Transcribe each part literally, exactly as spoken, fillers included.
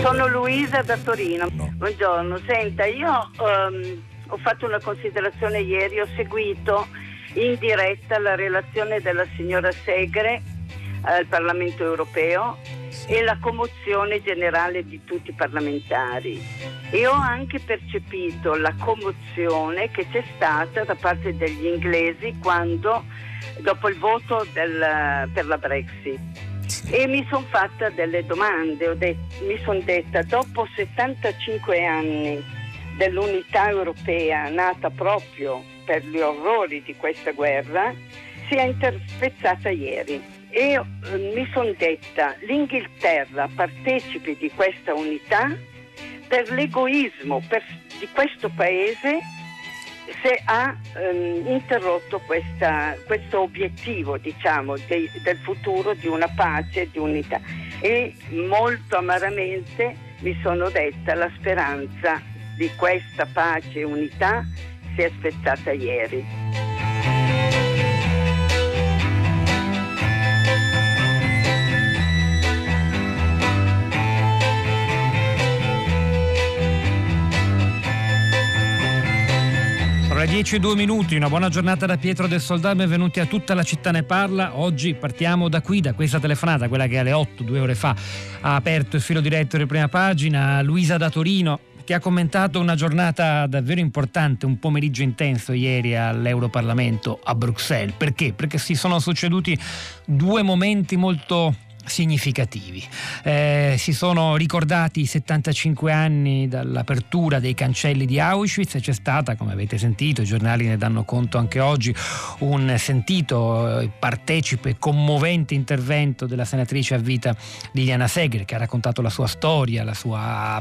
Sono Luisa da Torino. No. Buongiorno, senta, io um, ho fatto una considerazione ieri, ho seguito in diretta la relazione della signora Segre al Parlamento europeo e la commozione generale di tutti i parlamentari, e ho anche percepito la commozione che c'è stata da parte degli inglesi quando, dopo il voto del, per la Brexit. Sì. E mi sono fatta delle domande, ho det- mi sono detta, dopo settantacinque anni dell'unità europea nata proprio per gli orrori di questa guerra, si è interspezzata ieri. E eh, mi sono detta, l'Inghilterra partecipi di questa unità per l'egoismo per, di questo paese, se ha ehm, interrotto questa, questo obiettivo, diciamo, de, del futuro di una pace, di unità. E molto amaramente mi sono detta, la speranza di questa pace e unità si è spezzata ieri. Ora dieci e due minuti, una buona giornata da Pietro del Soldà, benvenuti a Tutta la città ne parla. Oggi partiamo da qui, da questa telefonata, quella che alle otto, due ore fa, ha aperto il filo diretto di Prima Pagina, Luisa da Torino, che ha commentato una giornata davvero importante, un pomeriggio intenso ieri all'Europarlamento a Bruxelles. Perché? Perché si sono succeduti due momenti molto significativi. Eh, si sono ricordati i settantacinque anni dall'apertura dei cancelli di Auschwitz e c'è stata, come avete sentito, i giornali ne danno conto anche oggi, un sentito, eh, partecipe, commovente intervento della senatrice a vita Liliana Segre, che ha raccontato la sua storia, la sua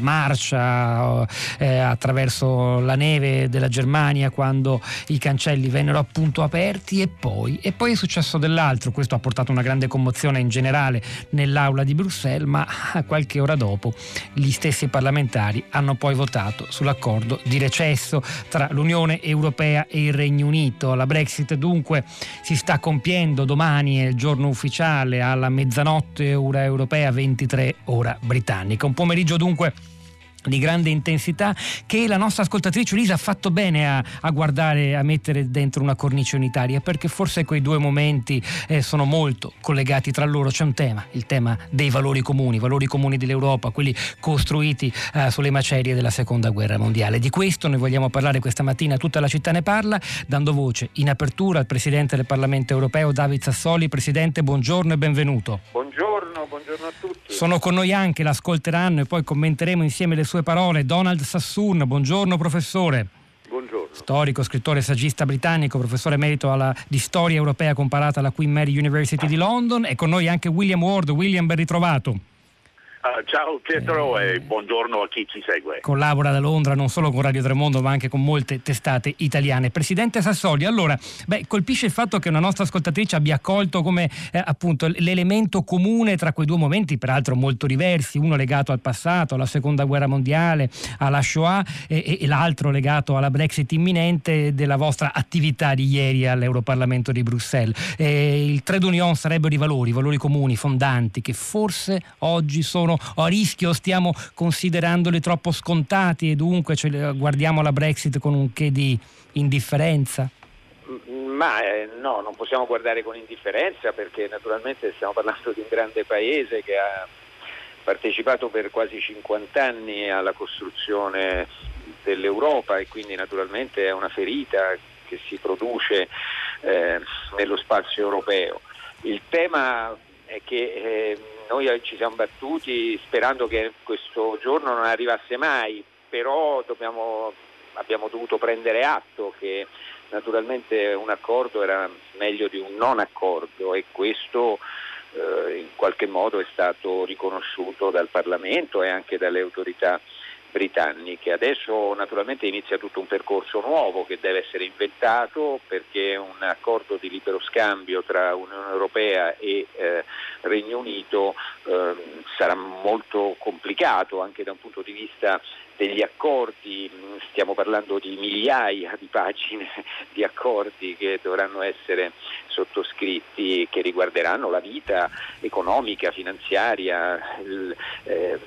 marcia eh, attraverso la neve della Germania quando i cancelli vennero appunto aperti, e poi, e poi è successo dell'altro. Questo ha portato una grande commozione in generale nell'aula di Bruxelles, ma qualche ora dopo gli stessi parlamentari hanno poi votato sull'accordo di recesso tra l'Unione Europea e il Regno Unito. La Brexit dunque si sta compiendo, domani è il giorno ufficiale, alla mezzanotte ora europea, ventitré ora britannica. Un pomeriggio dunque di grande intensità che la nostra ascoltatrice Lisa ha fatto bene a, a guardare, a mettere dentro una cornice unitaria, perché forse quei due momenti eh, sono molto collegati tra loro. C'è un tema, il tema dei valori comuni, valori comuni dell'Europa, quelli costruiti eh, sulle macerie della seconda guerra mondiale. Di questo noi vogliamo parlare questa mattina. Tutta la città ne parla, dando voce in apertura al Presidente del Parlamento Europeo David Sassoli. Presidente, buongiorno e benvenuto. Buongiorno, buongiorno a tutti. Sono con noi anche, l'ascolteranno e poi commenteremo insieme le sue parole, Donald Sassoon. Buongiorno professore. Buongiorno. Storico, scrittore, saggista britannico, professore emerito alla, di storia europea comparata alla Queen Mary University di London. E con noi anche William Ward. William, ben ritrovato. Uh, ciao Pietro eh, e buongiorno a chi ci segue. Collabora da Londra non solo con Radio Tremondo ma anche con molte testate italiane. Presidente Sassoli, allora, beh, colpisce il fatto che una nostra ascoltatrice abbia accolto come eh, appunto l'elemento comune tra quei due momenti, peraltro molto diversi, uno legato al passato, alla seconda guerra mondiale, alla Shoah, e, e l'altro legato alla Brexit imminente, della vostra attività di ieri all'Europarlamento di Bruxelles. Eh, il trade union sarebbero i valori, i valori comuni, fondanti, che forse oggi sono a rischio, stiamo considerandoli troppo scontati e dunque cioè, guardiamo la Brexit con un che di indifferenza? Ma eh, no, non possiamo guardare con indifferenza, perché naturalmente stiamo parlando di un grande paese che ha partecipato per quasi cinquanta anni alla costruzione dell'Europa e quindi naturalmente è una ferita che si produce eh, nello spazio europeo. Il tema è che eh, noi ci siamo battuti sperando che questo giorno non arrivasse mai, però dobbiamo, abbiamo dovuto prendere atto che naturalmente un accordo era meglio di un non accordo, e questo eh, in qualche modo è stato riconosciuto dal Parlamento e anche dalle autorità britanniche. Adesso naturalmente inizia tutto un percorso nuovo che deve essere inventato, perché un accordo di libero scambio tra Unione Europea e eh, Regno Unito eh, sarà molto complicato anche da un punto di vista degli accordi. Stiamo parlando di migliaia di pagine di accordi che dovranno essere sottoscritti, che riguarderanno la vita economica, finanziaria, il, eh,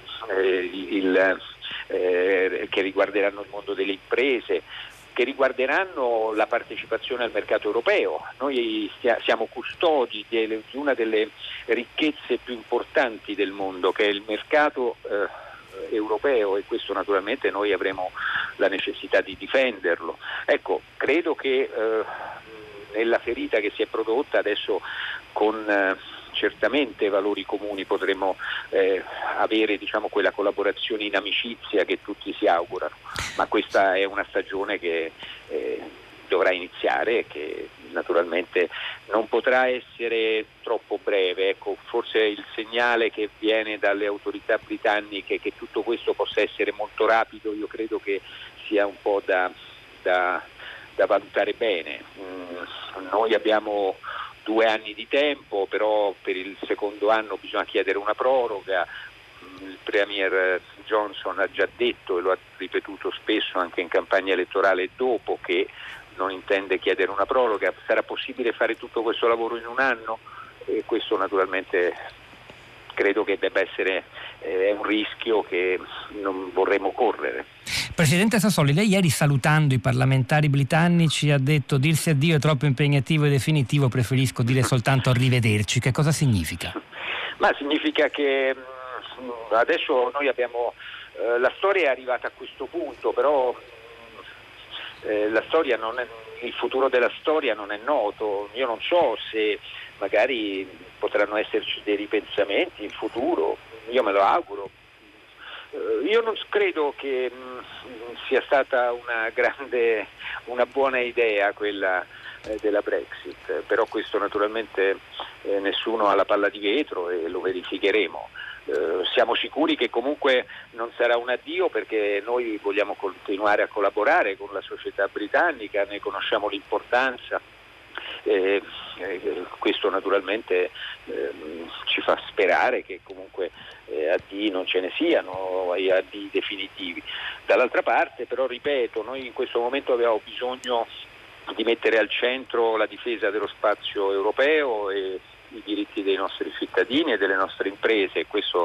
il, eh, che riguarderanno il mondo delle imprese, che riguarderanno la partecipazione al mercato europeo. Noi stia, siamo custodi di, di una delle ricchezze più importanti del mondo, che è il mercato eh, europeo, e questo naturalmente noi avremo la necessità di difenderlo. Ecco, credo che eh, nella ferita che si è prodotta adesso, con eh, certamente valori comuni, potremo eh, avere, diciamo, quella collaborazione in amicizia che tutti si augurano, ma questa è una stagione che eh, dovrà iniziare e che naturalmente non potrà essere troppo breve. Ecco, forse il segnale che viene dalle autorità britanniche che tutto questo possa essere molto rapido, io credo che sia un po' da, da, da valutare bene. Mm, noi abbiamo due anni di tempo, però per il secondo anno bisogna chiedere una proroga. Il Premier Johnson ha già detto, e lo ha ripetuto spesso anche in campagna elettorale dopo, che non intende chiedere una proroga. Sarà possibile fare tutto questo lavoro in un anno? E questo naturalmente credo che debba essere eh, un rischio che non vorremmo correre. Presidente Sassoli, lei ieri, salutando i parlamentari britannici, ha detto: dirsi addio è troppo impegnativo e definitivo, preferisco dire soltanto arrivederci. Che cosa significa? Ma significa che mh, adesso noi abbiamo eh, la storia è arrivata a questo punto, però Eh, la storia non è, il futuro della storia non è noto. Io non so se magari potranno esserci dei ripensamenti in futuro, io me lo auguro. Eh, io non credo che mh, sia stata una grande, una buona idea quella eh, della Brexit, però questo naturalmente eh, nessuno ha la palla di vetro e lo verificheremo. Uh, siamo sicuri che comunque non sarà un addio, perché noi vogliamo continuare a collaborare con la società britannica, ne conosciamo l'importanza. Eh, eh, questo naturalmente eh, ci fa sperare che comunque eh, addii non ce ne siano, addii definitivi. Dall'altra parte però, ripeto, noi in questo momento abbiamo bisogno di mettere al centro la difesa dello spazio europeo e i diritti dei nostri cittadini e delle nostre imprese. Questo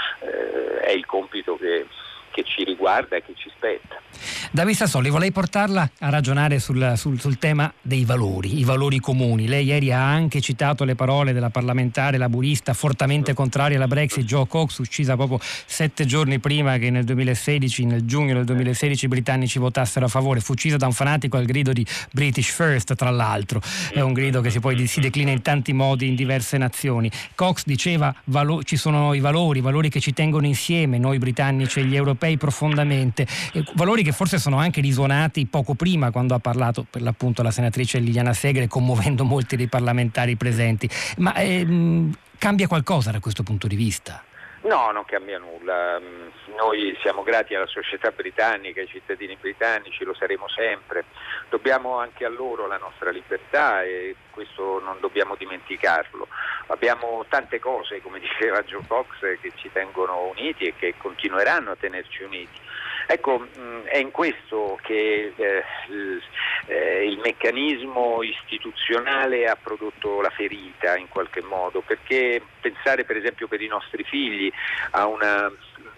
eh, è il compito che, che ci riguarda e che ci spetta. Davide Sassoli, vorrei portarla a ragionare sul, sul, sul tema dei valori, i valori comuni. Lei ieri ha anche citato le parole della parlamentare laburista fortemente contraria alla Brexit, Jo Cox, uccisa proprio sette giorni prima che nel duemilasedici, nel giugno del duemilasedici, i britannici votassero a favore. Fu uccisa da un fanatico al grido di British First, tra l'altro. È un grido che si poi si declina in tanti modi in diverse nazioni. Cox diceva: valo- ci sono i valori, valori che ci tengono insieme, noi britannici e gli europei, profondamente, e valori che forse sono anche risuonati poco prima, quando ha parlato per l'appunto la senatrice Liliana Segre, commuovendo molti dei parlamentari presenti. Ma ehm, cambia qualcosa da questo punto di vista? No, non cambia nulla. Noi siamo grati alla società britannica, ai cittadini britannici, lo saremo sempre. Dobbiamo anche a loro la nostra libertà e questo non dobbiamo dimenticarlo. Abbiamo tante cose, come diceva Jo Cox, che ci tengono uniti e che continueranno a tenerci uniti. Ecco, è in questo che eh, il, eh, il meccanismo istituzionale ha prodotto la ferita in qualche modo, perché pensare per esempio per i nostri figli a una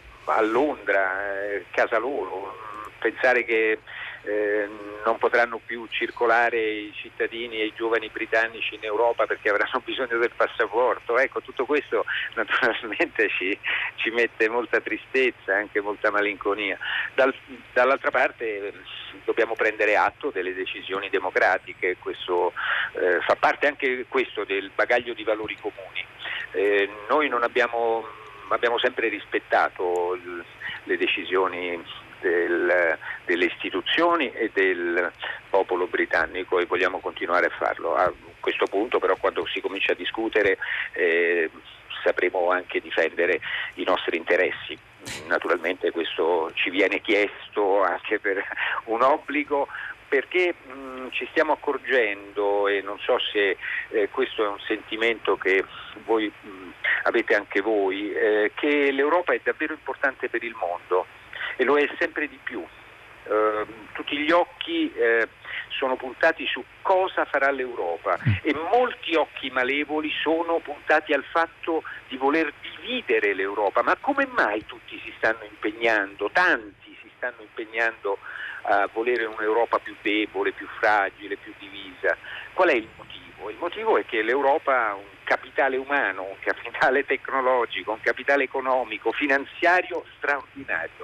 a Londra, eh, casa loro, pensare che eh, non potranno più circolare i cittadini e i giovani britannici in Europa perché avranno bisogno del passaporto, ecco, tutto questo naturalmente ci, ci mette molta tristezza, anche molta malinconia. Dal, dall'altra parte dobbiamo prendere atto delle decisioni democratiche, questo eh, fa parte anche questo del bagaglio di valori comuni. Eh, noi non abbiamo, abbiamo sempre rispettato il, le decisioni Del, delle istituzioni e del popolo britannico e vogliamo continuare a farlo. A questo punto però, quando si comincia a discutere, eh, sapremo anche difendere i nostri interessi. naturalmente questo ci viene chiesto anche per un obbligo, perché mh, ci stiamo accorgendo, e non so se eh, questo è un sentimento che voi mh, avete anche voi, eh, che l'Europa è davvero importante per il mondo e lo è sempre di più. Eh, tutti gli occhi eh, sono puntati su cosa farà l'Europa e molti occhi malevoli sono puntati al fatto di voler dividere l'Europa. Ma come mai tutti si stanno impegnando, tanti si stanno impegnando a volere un'Europa più debole, più fragile, più divisa? Qual è il motivo? Il motivo è che l'Europa ha un capitale umano, un capitale tecnologico, un capitale economico, finanziario straordinario.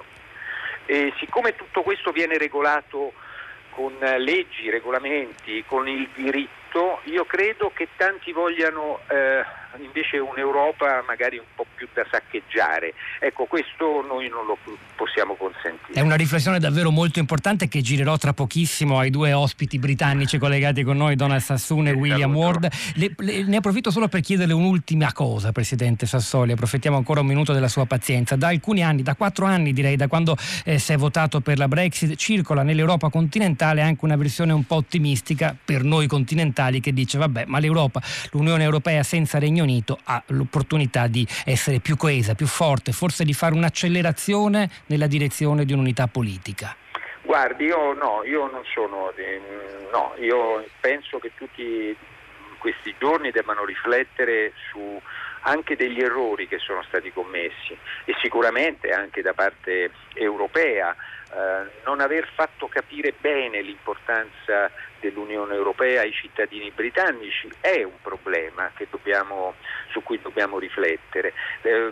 E siccome tutto questo viene regolato con leggi, regolamenti, con il diritto, io credo che tanti vogliano eh, invece un'Europa magari un po' più da saccheggiare. Ecco, questo noi non lo possiamo consentire. È una riflessione davvero molto importante che girerò tra pochissimo ai due ospiti britannici collegati con noi, Donald Sassoon e William Ward. Le, le, ne approfitto solo per chiederle un'ultima cosa, Presidente Sassoli, approfittiamo ancora un minuto della sua pazienza. Da alcuni anni, da quattro anni direi, da quando eh, si è votato per la Brexit, circola nell'Europa continentale anche una versione un po' ottimistica per noi continentali che dice vabbè, ma l'Europa, l'Unione Europea senza Regno Unito ha l'opportunità di essere più coesa, più forte, forse di fare un'accelerazione nella direzione di un'unità politica. Guardi, io no, io non sono, no, io penso che tutti questi giorni debbano riflettere su anche degli errori che sono stati commessi e sicuramente anche da parte europea, eh, non aver fatto capire bene l'importanza dell'Unione Europea ai cittadini britannici è un problema che dobbiamo, su cui dobbiamo riflettere. Eh,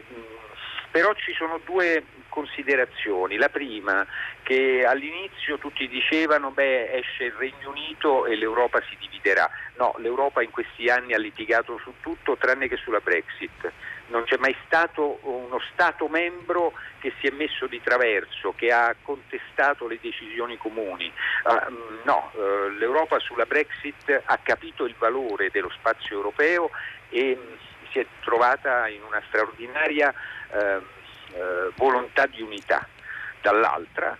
però ci sono due considerazioni. La prima, che all'inizio tutti dicevano beh, esce il Regno Unito e l'Europa si dividerà. No, l'Europa in questi anni ha litigato su tutto tranne che sulla Brexit. Non c'è mai stato uno Stato membro che si è messo di traverso, che ha contestato le decisioni comuni. Uh, no, uh, l'Europa sulla Brexit ha capito il valore dello spazio europeo e um, si è trovata in una straordinaria uh, uh, volontà di unità. Dall'altra,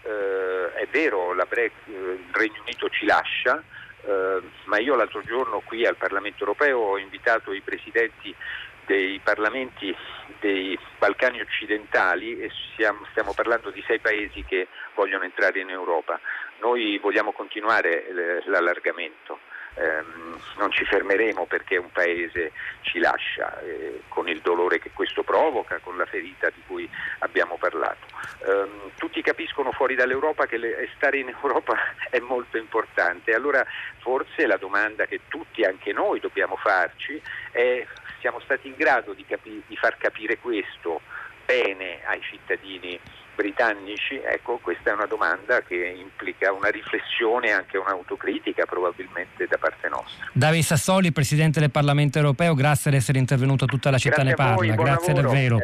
uh, è vero, la Bre- il Regno Unito ci lascia, uh, ma io l'altro giorno qui al Parlamento europeo ho invitato i presidenti dei parlamenti dei Balcani occidentali e siamo, stiamo parlando di sei paesi che vogliono entrare in Europa. Noi vogliamo continuare l'allargamento, ehm, non ci fermeremo perché un paese ci lascia, eh, con il dolore che questo provoca, con la ferita di cui abbiamo parlato. Ehm, tutti capiscono fuori dall'Europa che le, stare in Europa è molto importante, allora forse la domanda che tutti, anche noi, dobbiamo farci è: siamo stati in grado di, capi- di far capire questo bene ai cittadini britannici? Ecco, questa è una domanda che implica una riflessione e anche un'autocritica probabilmente da parte nostra. David Sassoli, Presidente del Parlamento Europeo, grazie di essere intervenuto a Tutta la città grazie ne parla. Voi, grazie lavoro. davvero.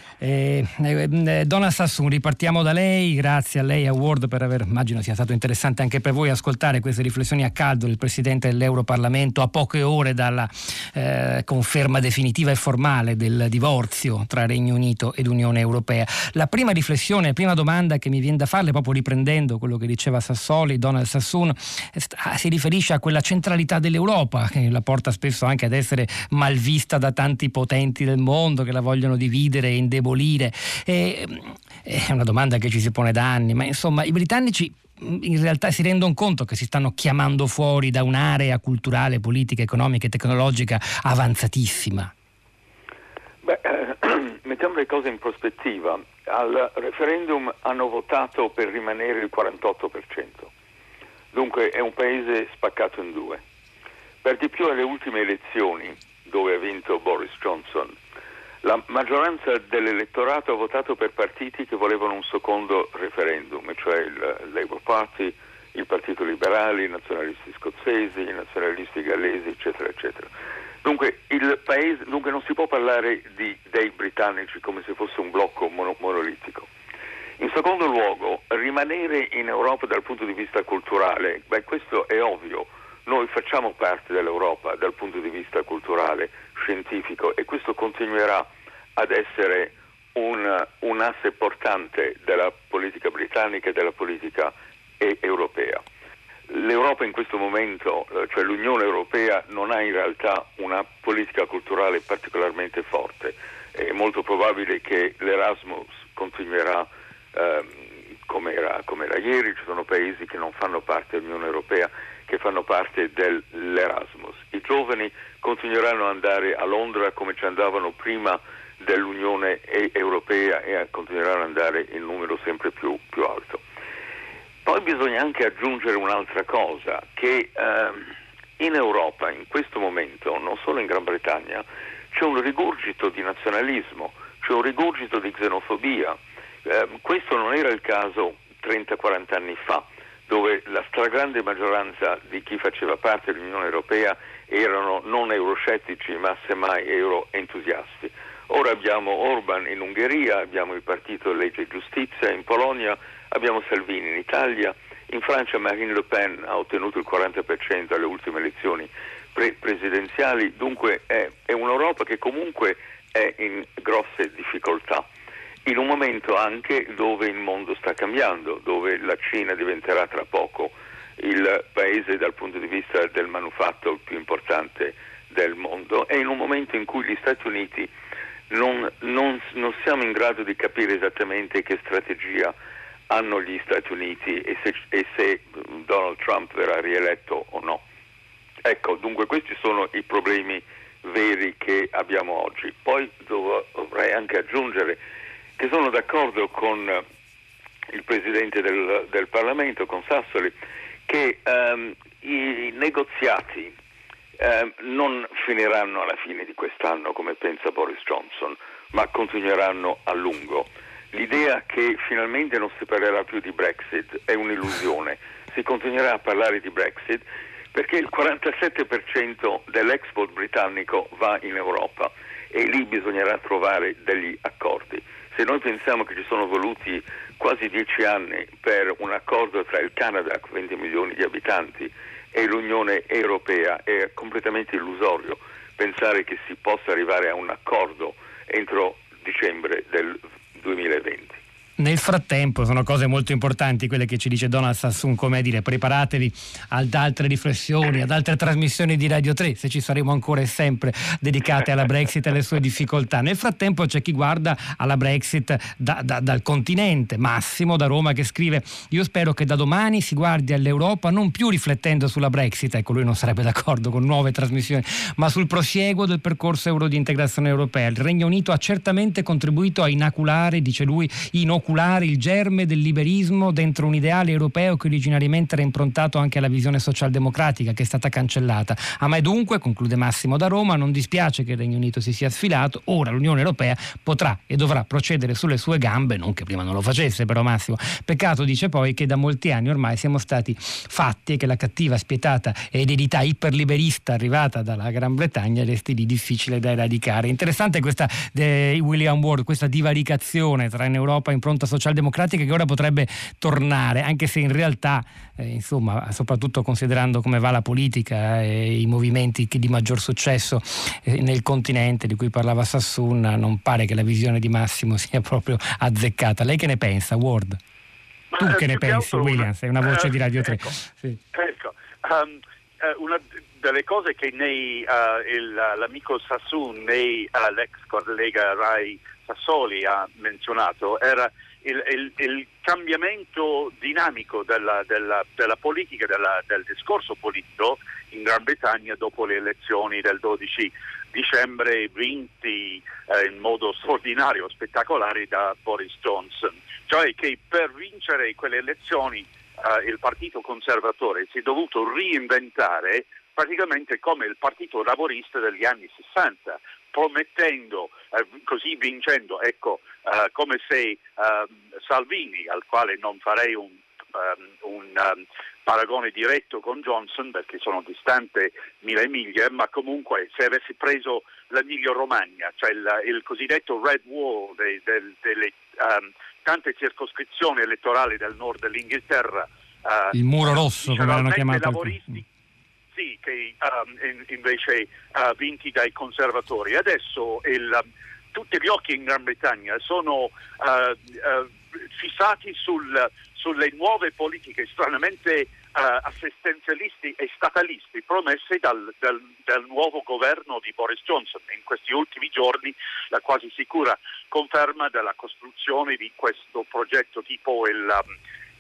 Eh, eh, Donald Sassoon, ripartiamo da lei, grazie a lei e a Ward per aver, immagino sia stato interessante anche per voi ascoltare queste riflessioni a caldo del Presidente dell'Europarlamento a poche ore dalla eh, conferma definitiva e formale del divorzio tra Regno Unito ed Unione Europea. La prima riflessione, la prima domanda che mi viene da farle, proprio riprendendo quello che diceva Sassoli, Donald Sassoon, si riferisce a quella centralità dell'Europa che la porta spesso anche ad essere malvista da tanti potenti del mondo che la vogliono dividere e indebolire. E, è una domanda che ci si pone da anni, ma insomma i britannici in realtà si rendono conto che si stanno chiamando fuori da un'area culturale, politica, economica e tecnologica avanzatissima? Beh, eh, mettiamo le cose in prospettiva. Al referendum hanno votato per rimanere il quarantotto per cento, dunque è un paese spaccato in due. Per di più alle ultime elezioni, dove ha vinto Boris Johnson, la maggioranza dell'elettorato ha votato per partiti che volevano un secondo referendum, cioè il Labour Party, il Partito Liberale, i nazionalisti scozzesi, i nazionalisti gallesi, eccetera, eccetera. Dunque, il paese, dunque non si può parlare di, dei britannici come se fosse un blocco mono, monolitico. In secondo luogo, rimanere in Europa dal punto di vista culturale, beh, questo è ovvio. Noi facciamo parte dell'Europa dal punto di vista culturale, scientifico, e questo continuerà ad essere un, un asse portante della politica britannica e della politica e- europea. L'Europa in questo momento, cioè l'Unione Europea, non ha in realtà una politica culturale particolarmente forte. È molto probabile che l'Erasmus continuerà ehm, come era, come era ieri. Ci sono paesi che non fanno parte dell'Unione Europea che fanno parte dell'Erasmus. I giovani continueranno ad andare a Londra come ci andavano prima dell'Unione Europea e continueranno ad andare in numero sempre più, più alto. Poi bisogna anche aggiungere un'altra cosa, che ehm, in Europa in questo momento, non solo in Gran Bretagna, c'è un rigurgito di nazionalismo, c'è un rigurgito di xenofobia. Eh, questo non era il caso trenta quaranta anni fa, dove la stragrande maggioranza di chi faceva parte dell'Unione Europea erano non euroscettici ma semmai euroentusiasti. Ora abbiamo Orban in Ungheria, abbiamo il partito Legge e Giustizia in Polonia, abbiamo Salvini in Italia, in Francia Marine Le Pen ha ottenuto il quaranta per cento alle ultime elezioni pre- presidenziali, dunque è, è un'Europa che comunque è in grosse difficoltà, in un momento anche dove il mondo sta cambiando, dove la Cina diventerà tra poco il paese dal punto di vista del manufatto più importante del mondo, e in un momento in cui gli Stati Uniti non, non, non siamo in grado di capire esattamente che strategia hanno gli Stati Uniti e se, e se Donald Trump verrà rieletto o no. Ecco, dunque questi sono i problemi veri che abbiamo oggi. Poi dovrei anche aggiungere che sono d'accordo con il Presidente del, del Parlamento, con Sassoli, che um, i negoziati um, non finiranno alla fine di quest'anno come pensa Boris Johnson, ma continueranno a lungo. L'idea che finalmente non si parlerà più di Brexit è un'illusione, si continuerà a parlare di Brexit perché il quarantasette per cento dell'export britannico va in Europa e lì bisognerà trovare degli accordi. Se noi pensiamo che ci sono voluti quasi dieci anni per un accordo tra il Canada, con venti milioni di abitanti, e l'Unione Europea, è completamente illusorio pensare che si possa arrivare a un accordo entro dicembre del duemilaventi. Nel frattempo sono cose molto importanti quelle che ci dice Donald Sassoon, come dire, preparatevi ad altre riflessioni, ad altre trasmissioni di Radio tre, se ci saremo ancora e sempre dedicate alla Brexit e alle sue difficoltà. Nel frattempo c'è chi guarda alla Brexit da, da, dal continente. Massimo da Roma che scrive: io spero che da domani si guardi all'Europa non più riflettendo sulla Brexit, ecco, lui non sarebbe d'accordo con nuove trasmissioni, ma sul prosieguo del percorso euro di integrazione europea. Il Regno Unito ha certamente contribuito a inoculare, dice lui, inoculare il germe del liberismo dentro un ideale europeo che originariamente era improntato anche alla visione socialdemocratica, che è stata cancellata. A me dunque, conclude Massimo da Roma, non dispiace che il Regno Unito si sia sfilato, ora l'Unione Europea potrà e dovrà procedere sulle sue gambe, non che prima non lo facesse però Massimo. Peccato, dice poi, che da molti anni ormai siamo stati fatti e che la cattiva, spietata eredità iperliberista arrivata dalla Gran Bretagna resti lì difficile da eradicare. Interessante questa di William Ward, questa divaricazione tra in Europa impronta socialdemocratica che ora potrebbe tornare, anche se in realtà eh, insomma, soprattutto considerando come va la politica e i movimenti che di maggior successo eh, nel continente di cui parlava Sassoon, non pare che la visione di Massimo sia proprio azzeccata. Lei che ne pensa, Ward? Ma, tu che eh, ne pensi, William? Sei una voce eh, di Radio tre. Ecco, sì. ecco. Um, una delle cose che nei, uh, il, l'amico Sassoon, nei, uh, l'ex collega Rai Sassoli ha menzionato era il, il, il cambiamento dinamico della, della, della politica, della, del discorso politico in Gran Bretagna dopo le elezioni del dodici dicembre vinti eh, in modo straordinario, spettacolare da Boris Johnson. Cioè che per vincere quelle elezioni eh, il partito conservatore si è dovuto reinventare praticamente come il partito laborista degli anni sessanta, promettendo, eh, così vincendo, ecco, eh, come se eh, Salvini, al quale non farei un, um, un um, paragone diretto con Johnson perché sono distante mille miglia, ma comunque se avessi preso l'Emilia Romagna, cioè il, il cosiddetto Red Wall de, de, delle um, tante circoscrizioni elettorali del nord dell'Inghilterra, uh, il muro rosso come l'hanno chiamato, laboristi, sì, che um, in, invece uh, vinti dai conservatori. Adesso il, tutti gli occhi in Gran Bretagna sono uh, uh, fissati sul, sulle nuove politiche stranamente uh, assistenzialisti e statalisti promesse dal, dal, dal nuovo governo di Boris Johnson. In questi ultimi giorni la quasi sicura conferma della costruzione di questo progetto tipo il, um,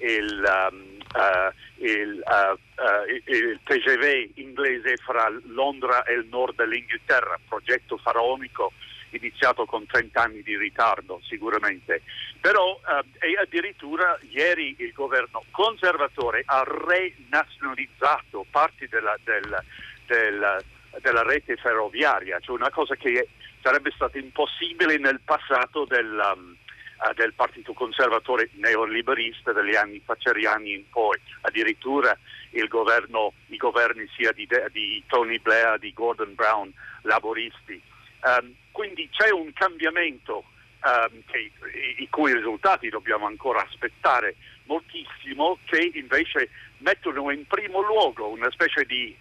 il, um, uh, il, uh, uh, il T G V inglese fra Londra e il nord dell'Inghilterra, progetto faraonico iniziato con trenta anni di ritardo sicuramente, però eh, e addirittura ieri il governo conservatore ha renazionalizzato parti della, della, della, della rete ferroviaria, cioè una cosa che sarebbe stata impossibile nel passato del, um, uh, del partito conservatore neoliberista degli anni thatcheriani in poi. Addirittura il governo, i governi sia di, di Tony Blair, di Gordon Brown, laboristi. Um, quindi c'è un cambiamento um, che, i, i cui risultati dobbiamo ancora aspettare moltissimo, che invece mettono in primo luogo una specie di,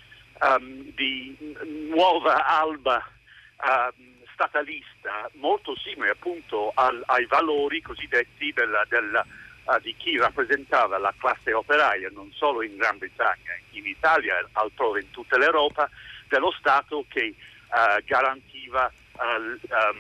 um, di nuova alba um, statalista molto simile appunto al, ai valori cosiddetti della, della, uh, di chi rappresentava la classe operaia non solo in Gran Bretagna, in Italia e altrove in tutta l'Europa, dello Stato che Uh, garantiva uh, um,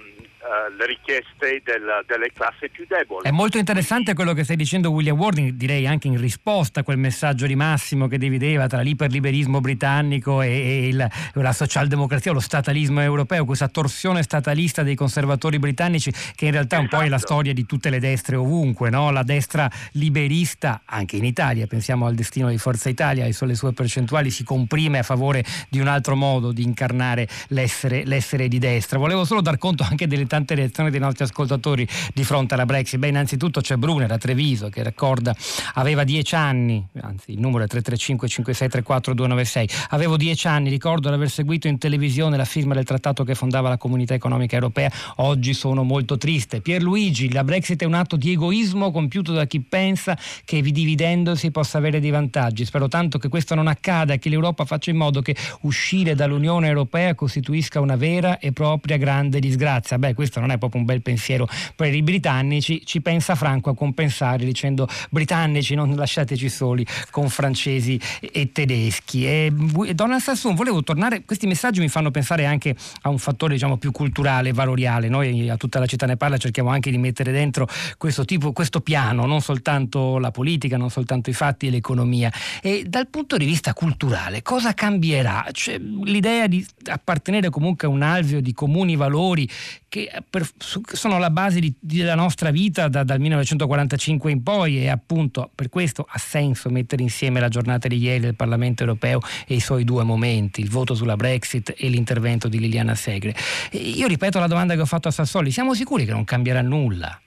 uh, le richieste del, delle classi più deboli. È molto interessante quello che stai dicendo, William Ward, direi anche in risposta a quel messaggio di Massimo che divideva tra l'iperliberismo britannico e, e il, la socialdemocrazia o lo statalismo europeo, questa torsione statalista dei conservatori britannici che in realtà esatto. un po' è la storia di tutte le destre ovunque, no? La destra liberista anche in Italia, pensiamo al destino di Forza Italia e sulle sue percentuali, si comprime a favore di un altro modo di incarnare l'essere, l'essere di destra. Volevo solo dar conto anche delle tante reazioni dei nostri ascoltatori di fronte alla Brexit. Beh, innanzitutto c'è Brunner a Treviso che raccorda, aveva dieci anni, anzi il numero è tre tre cinque cinque sei tre quattro due nove sei, avevo dieci anni, ricordo di aver seguito in televisione la firma del trattato che fondava la Comunità Economica Europea, oggi sono molto triste. Pierluigi, la Brexit è un atto di egoismo compiuto da chi pensa che dividendosi possa avere dei vantaggi. Spero tanto che questo non accada e che l'Europa faccia in modo che uscire dall'Unione Europea costituisca una vera e propria grande disgrazia. Beh, questo non è proprio un bel pensiero per i britannici. Ci pensa Franco a compensare dicendo: britannici, non lasciateci soli con francesi e tedeschi. E Donald Sassoon, volevo tornare, questi messaggi mi fanno pensare anche a un fattore diciamo più culturale, valoriale. Noi a Tutta la città ne parla cerchiamo anche di mettere dentro questo tipo, questo piano, non soltanto la politica, non soltanto i fatti e l'economia. E dal punto di vista culturale cosa cambierà? Cioè, l'idea di appartenere comunque a un alveo di comuni valori che per, sono la base di, della nostra vita da, dal millenovecentoquarantacinque in poi, e appunto per questo ha senso mettere insieme la giornata di ieri del Parlamento Europeo e i suoi due momenti, il voto sulla Brexit e l'intervento di Liliana Segre. E io ripeto la domanda che ho fatto a Sassoli: siamo sicuri che non cambierà nulla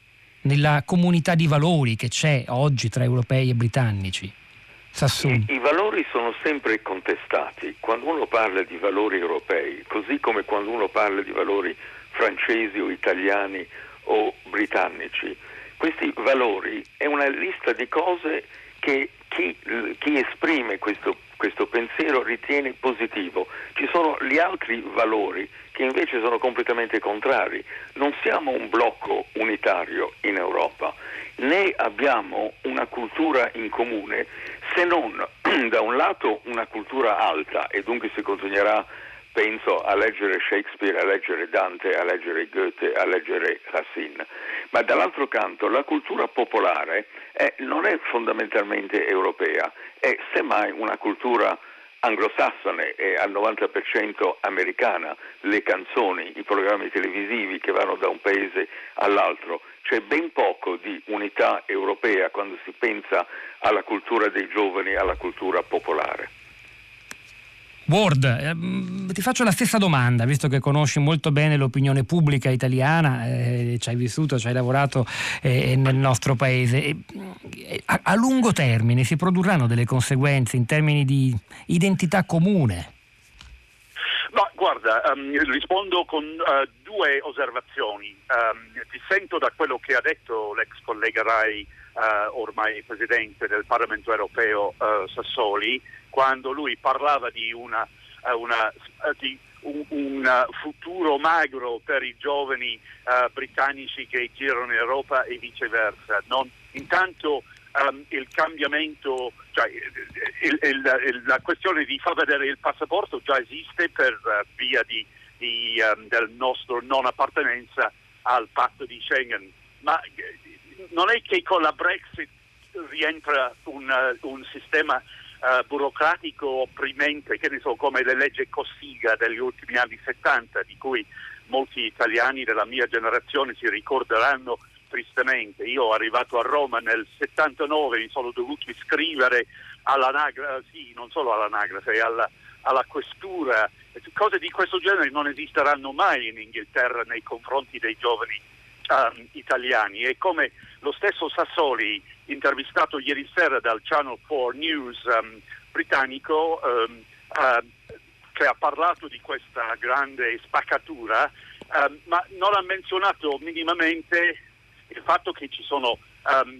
nella comunità di valori che c'è oggi tra europei e britannici? I, I valori sono sempre contestati. Quando uno parla di valori europei, così come quando uno parla di valori francesi o italiani o britannici, questi valori è una lista di cose che chi, chi esprime questo, questo pensiero ritiene positivo. Ci sono gli altri valori che invece sono completamente contrari. Non siamo un blocco unitario in Europa, né abbiamo una cultura in comune, se non da un lato una cultura alta, e dunque si continuerà, penso, a leggere Shakespeare, a leggere Dante, a leggere Goethe, a leggere Racine, ma dall'altro canto la cultura popolare è, non è fondamentalmente europea, è semmai una cultura anglosassone e al novanta per cento americana. Le canzoni, i programmi televisivi che vanno da un paese all'altro, c'è ben poco di unità europea quando si pensa alla cultura dei giovani, alla cultura popolare. Ward, ehm, ti faccio la stessa domanda, visto che conosci molto bene l'opinione pubblica italiana, eh, ci hai vissuto, ci hai lavorato eh, nel nostro paese. E, a, a lungo termine si produrranno delle conseguenze in termini di identità comune? Ma guarda, um, rispondo con uh, due osservazioni. Um, ti sento da quello che ha detto l'ex collega Rai, uh, ormai presidente del Parlamento Europeo, uh, Sassoli, quando lui parlava di una, uh, una uh, di un, un uh, futuro magro per i giovani uh, britannici che girano in Europa e viceversa. Non, intanto um, il cambiamento, cioè il, il, il, la questione di far vedere il passaporto già esiste per uh, via di, di, um, del nostro non appartenenza al patto di Schengen, ma non è che con la Brexit rientra un, uh, un sistema uh, burocratico opprimente, che ne so, come le leggi Cossiga degli ultimi anni settanta, di cui molti italiani della mia generazione si ricorderanno tristemente. Io arrivato a Roma nel settantanove mi sono dovuto iscrivere all'anagrafe, sì, non solo all'anagrafe, alla, alla questura. Cose di questo genere non esisteranno mai in Inghilterra nei confronti dei giovani um, italiani. E come lo stesso Sassoli, intervistato ieri sera dal Channel quattro News um, britannico, um, uh, che ha parlato di questa grande spaccatura, um, ma non ha menzionato minimamente il fatto che ci sono um,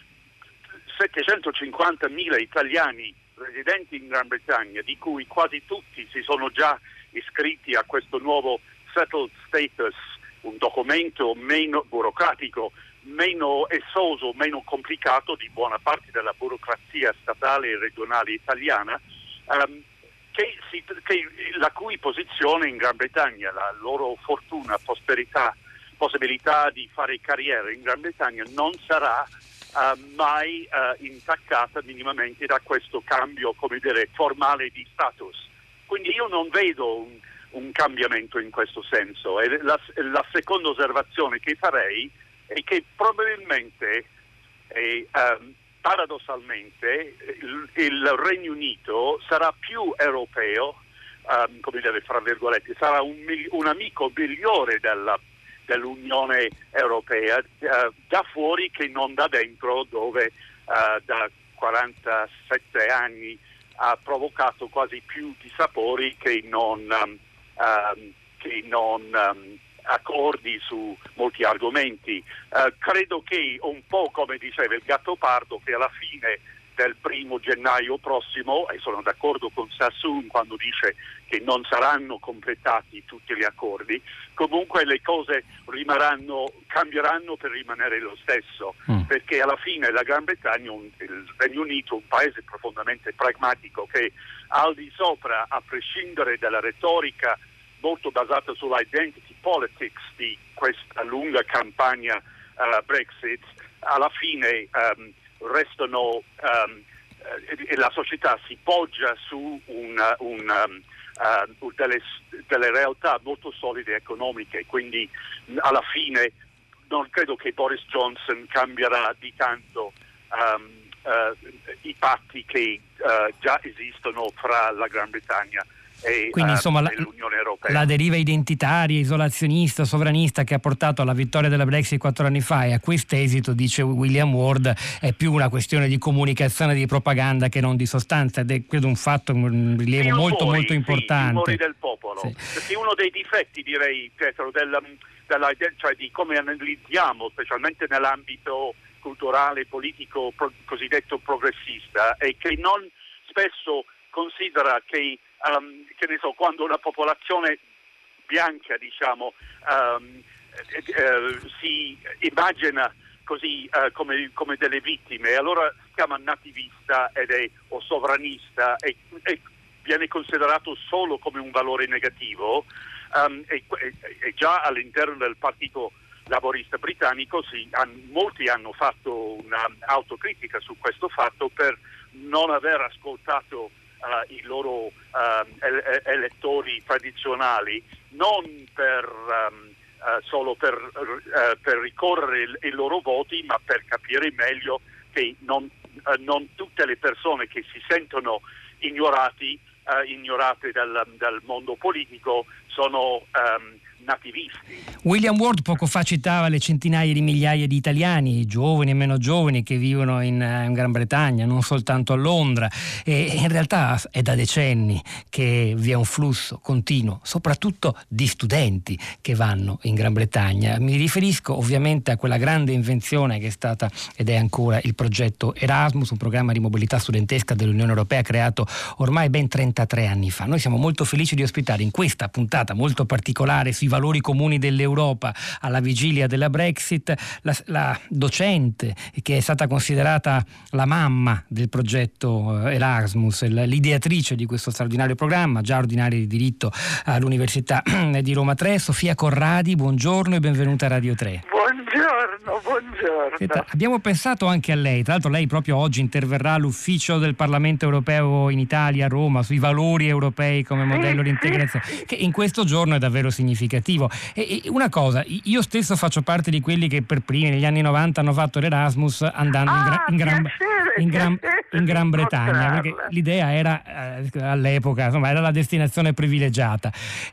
settecentocinquantamila italiani residenti in Gran Bretagna, di cui quasi tutti si sono già iscritti a questo nuovo settled status, un documento meno burocratico, meno esoso, meno complicato di buona parte della burocrazia statale e regionale italiana, um, che si, che, la cui posizione in Gran Bretagna, la loro fortuna, prosperità, possibilità di fare carriera in Gran Bretagna non sarà uh, mai uh, intaccata minimamente da questo cambio, come dire, formale di status. Quindi io non vedo un, un cambiamento in questo senso. E la, la seconda osservazione che farei è che probabilmente, eh, um, paradossalmente, il, il Regno Unito sarà più europeo, um, come dire, fra virgolette, sarà un, un amico migliore della dell'Unione Europea uh, da fuori che non da dentro, dove uh, da quarantasette anni ha provocato quasi più dissapori che non, um, um, che non um, accordi su molti argomenti. Uh, credo che un po' come diceva il Gattopardo, che alla fine del primo gennaio prossimo, e sono d'accordo con Sassoon quando dice che non saranno completati tutti gli accordi, comunque le cose rimarranno, cambieranno per rimanere lo stesso, mm. perché alla fine la Gran Bretagna, un, il Regno Unito, un paese profondamente pragmatico che al di sopra, a prescindere dalla retorica molto basata sull'identity politics di questa lunga campagna uh, Brexit, alla fine um, restano um, e la società si poggia su una, un, um, uh, delle, delle realtà molto solide economiche, quindi alla fine non credo che Boris Johnson cambierà di tanto um, uh, i patti che uh, già esistono fra la Gran Bretagna e Quindi, uh, insomma, la, l'Unione Europea. La deriva identitaria, isolazionista, sovranista che ha portato alla vittoria della Brexit quattro anni fa e a quest'esito, dice William Ward, è più una questione di comunicazione, di propaganda che non di sostanza, ed è credo un fatto, un rilievo Sì, molto umori, molto importante. Sì, umori del popolo. Sì. Perché uno dei difetti, direi, Pietro, della, della, cioè di come analizziamo, specialmente nell'ambito culturale, politico, pro, cosiddetto progressista, è che non spesso considera che Um, che ne so, quando una popolazione bianca, diciamo, um, eh, eh, si immagina così uh, come, come delle vittime, allora si chiama nativista ed è, o sovranista e, e viene considerato solo come un valore negativo, um, e, e, e già all'interno del Partito Laborista britannico sì, han, molti hanno fatto un'autocritica su questo fatto per non aver ascoltato Uh, i loro uh, elettori tradizionali, non per, um, uh, solo per, uh, per ricorrere il, i loro voti, ma per capire meglio che non, uh, non tutte le persone che si sentono ignorati, uh, ignorate dal, dal mondo politico sono um, nativisti. William Ward poco fa citava le centinaia di migliaia di italiani, giovani e meno giovani, che vivono in, in Gran Bretagna, non soltanto a Londra, e in realtà è da decenni che vi è un flusso continuo, soprattutto di studenti che vanno in Gran Bretagna. Mi riferisco ovviamente a quella grande invenzione che è stata ed è ancora il progetto Erasmus, un programma di mobilità studentesca dell'Unione Europea creato ormai ben trentatré anni fa. Noi siamo molto felici di ospitare in questa puntata molto particolare sui valori comuni dell'Europa alla vigilia della Brexit la, la docente che è stata considerata la mamma del progetto Erasmus, l'ideatrice di questo straordinario programma, già ordinaria di diritto all'Università di Roma tre, Sofia Corradi. Buongiorno e benvenuta a Radio tre. Buongiorno, buongiorno. Senta, abbiamo pensato anche a lei, tra l'altro lei proprio oggi interverrà all'ufficio del Parlamento Europeo in Italia, a Roma, sui valori europei come modello sì, di integrazione, sì, sì. che in questo giorno è davvero significativo. E, e una cosa, io stesso faccio parte di quelli che per primi negli anni novanta hanno fatto l'Erasmus andando ah, in, gra- in, Gran, piacere, in, Gran, piacere in Gran Bretagna, perché l'idea era eh, all'epoca, insomma, era la destinazione privilegiata.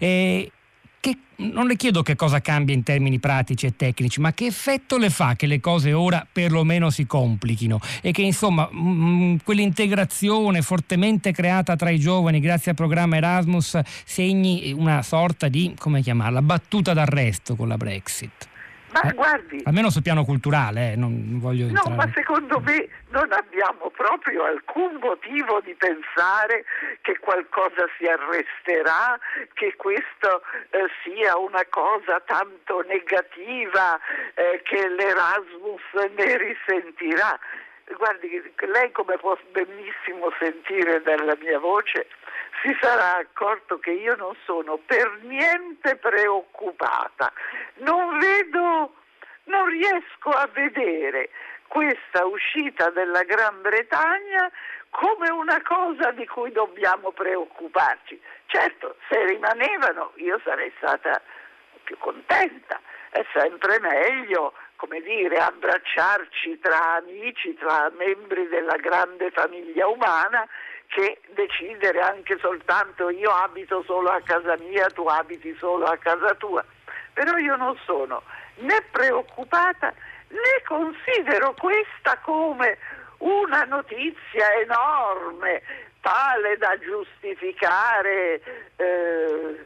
E Che, non le chiedo che cosa cambia in termini pratici e tecnici, ma che effetto le fa che le cose ora perlomeno si complichino e che insomma mh, quell'integrazione fortemente creata tra i giovani grazie al programma Erasmus segni una sorta di, come chiamarla, battuta d'arresto con la Brexit. Ma eh, guardi, almeno sul piano culturale, eh, non voglio entrare. no, ma secondo me non abbiamo proprio alcun motivo di pensare che qualcosa si arresterà, che questo eh, sia una cosa tanto negativa, eh, che l'Erasmus ne risentirà. Guardi, lei, come può benissimo sentire dalla mia voce, si sarà accorto che io non sono per niente preoccupata. Non vedo, non riesco a vedere questa uscita della Gran Bretagna come una cosa di cui dobbiamo preoccuparci. Certo, se rimanevano io sarei stata più contenta. È sempre meglio, come dire, abbracciarci tra amici, tra membri della grande famiglia umana, che decidere anche soltanto io abito solo a casa mia, tu abiti solo a casa tua. Però io non sono né preoccupata né considero questa come una notizia enorme, tale da giustificare eh,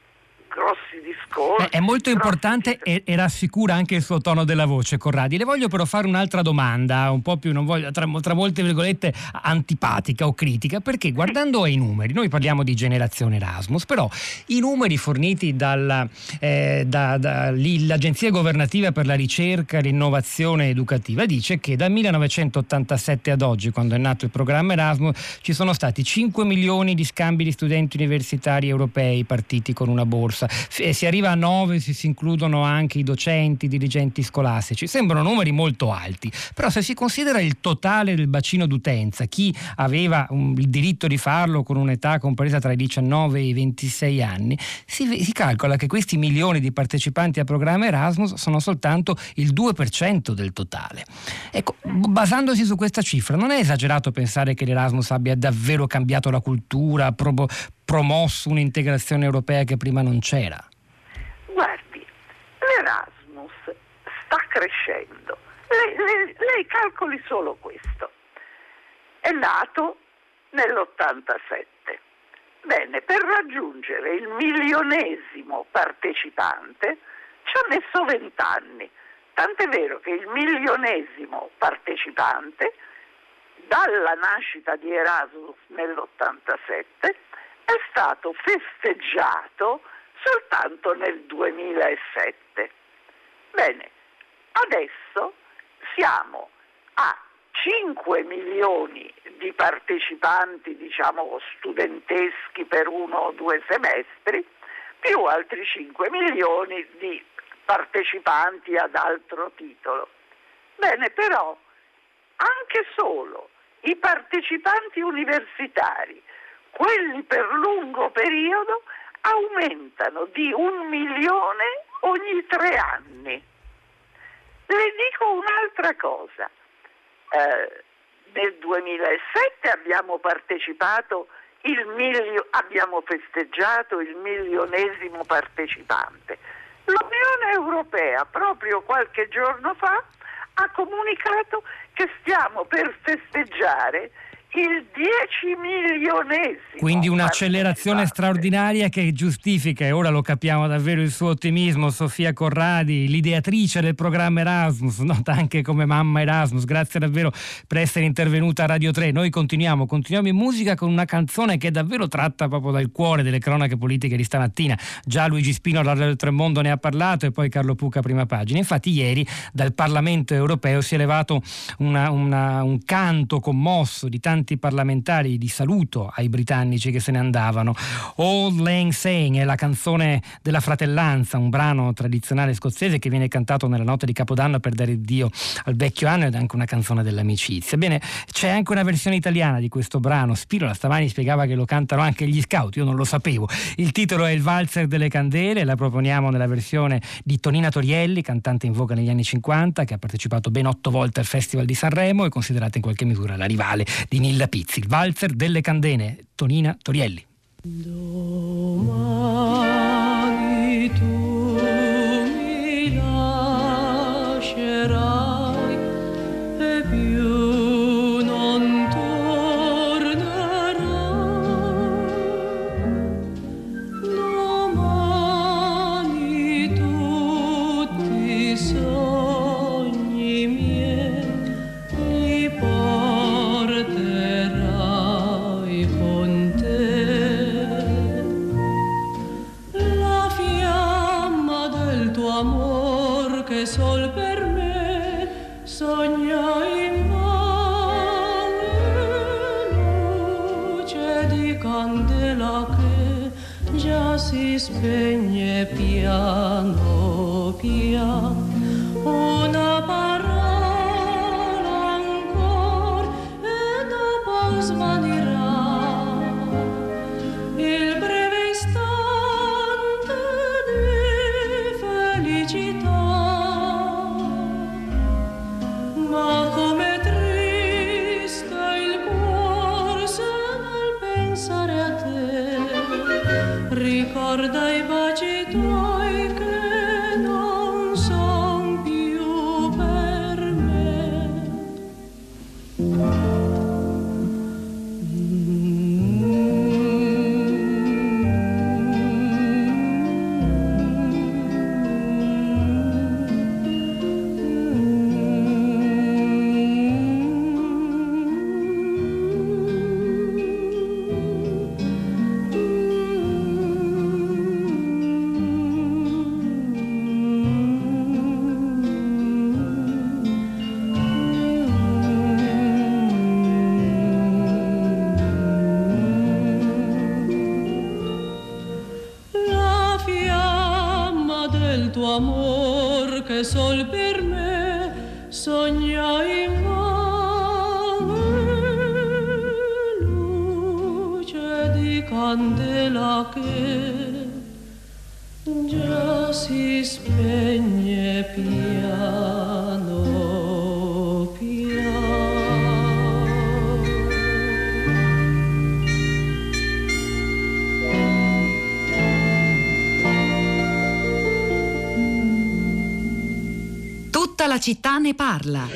grossi discorsi. È molto importante e, e rassicura anche il suo tono della voce, Corradi. Le voglio però fare un'altra domanda, un po' più, non voglio, tra, tra molte virgolette, antipatica o critica, perché guardando ai numeri, noi parliamo di generazione Erasmus, però i numeri forniti dalla, eh, da, da, lì, l'Agenzia Governativa per la Ricerca e l'Innovazione Educativa dice che dal millenovecentottantasette ad oggi, quando è nato il programma Erasmus, ci sono stati cinque milioni di scambi di studenti universitari europei partiti con una borsa. Si arriva a nove se si includono anche i docenti, i dirigenti scolastici. Sembrano numeri molto alti, però se si considera il totale del bacino d'utenza, chi aveva un, il diritto di farlo con un'età compresa tra i diciannove e i ventisei anni, si, si calcola che questi milioni di partecipanti al programma Erasmus sono soltanto il due per cento del totale. Ecco, basandosi su questa cifra, non è esagerato pensare che l'Erasmus abbia davvero cambiato la cultura, pro, promosso un'integrazione europea che prima non c'era? Guardi, l'Erasmus sta crescendo. Lei, lei, lei calcoli solo questo. È nato nell'ottantasette. Bene, per raggiungere il milionesimo partecipante ci ha messo vent'anni. Tant'è vero che il milionesimo partecipante, dalla nascita di Erasmus nell'ottantasette, è stato festeggiato soltanto nel duemilasette. Bene, adesso siamo a cinque milioni di partecipanti, diciamo studenteschi per uno o due semestri, più altri cinque milioni di partecipanti ad altro titolo. Bene, però anche solo i partecipanti universitari, quelli per lungo periodo, aumentano di un milione ogni tre anni. Le dico un'altra cosa. Eh, nel duemilasette abbiamo partecipato il milio- abbiamo festeggiato il milionesimo partecipante. L'Unione Europea proprio qualche giorno fa ha comunicato che stiamo per festeggiare il dieci milionesimo. Quindi un'accelerazione straordinaria che giustifica, e ora lo capiamo davvero, il suo ottimismo. Sofia Corradi, l'ideatrice del programma Erasmus, nota anche come mamma Erasmus, grazie davvero per essere intervenuta a Radio tre. Noi continuiamo, continuiamo in musica con una canzone che è davvero tratta proprio dal cuore delle cronache politiche di stamattina. Già Luigi Spino alla Radio Tremondo ne ha parlato e poi Carlo Pucca prima pagina. Infatti ieri dal Parlamento europeo si è levato una, una, un canto commosso di tanti parlamentari di saluto ai britannici che se ne andavano. Auld Lang Syne è la canzone della fratellanza, un brano tradizionale scozzese che viene cantato nella notte di Capodanno per dare Dio al vecchio anno, ed è anche una canzone dell'amicizia. Bene, c'è anche una versione italiana di questo brano. Spirola stamani spiegava che lo cantano anche gli scout, io non lo sapevo. Il titolo è Il valzer delle candele, la proponiamo nella versione di Tonina Torielli, cantante in voga negli anni cinquanta, che ha partecipato ben otto volte al Festival di Sanremo e considerata in qualche misura la rivale di Nilla Pizzi. Il valzer delle candele, Tonina Torielli. Domani tu mi lascerai e più non tornerai. Domani tutti i sogni miei li porterai con te. La fiamma del tuo amor che sol per me sogna invano, luce di candela che già si spegne piano piano. Una parola ancora e dopo svanirà il breve istante di felicità. Ma come triste il cuore se nel pensare a te ricorda i baci tuoi che non son più per me. La fiamma del tuo amor che sol per me sogna invano, luce di candela che già si spegne piano piano. Tutta la città ne parla.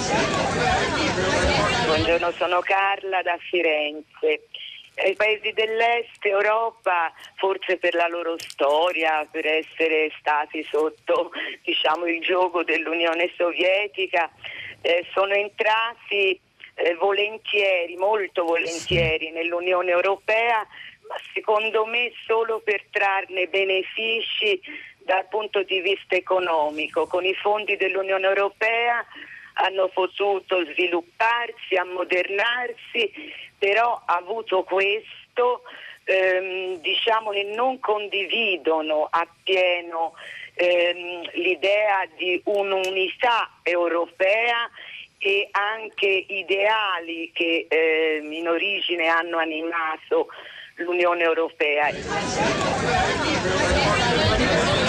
Buongiorno, sono Carla da Firenze. I paesi dell'est Europa, forse per la loro storia, per essere stati sotto, diciamo, il giogo dell'Unione Sovietica, eh, sono entrati eh, volentieri, molto volentieri nell'Unione Europea, ma secondo me solo per trarne benefici dal punto di vista economico. Con i fondi dell'Unione Europea hanno potuto svilupparsi, ammodernarsi, però ha avuto questo, ehm, diciamo che non condividono appieno ehm, l'idea di un'unità europea e anche ideali che eh, in origine hanno animato l'Unione Europea. È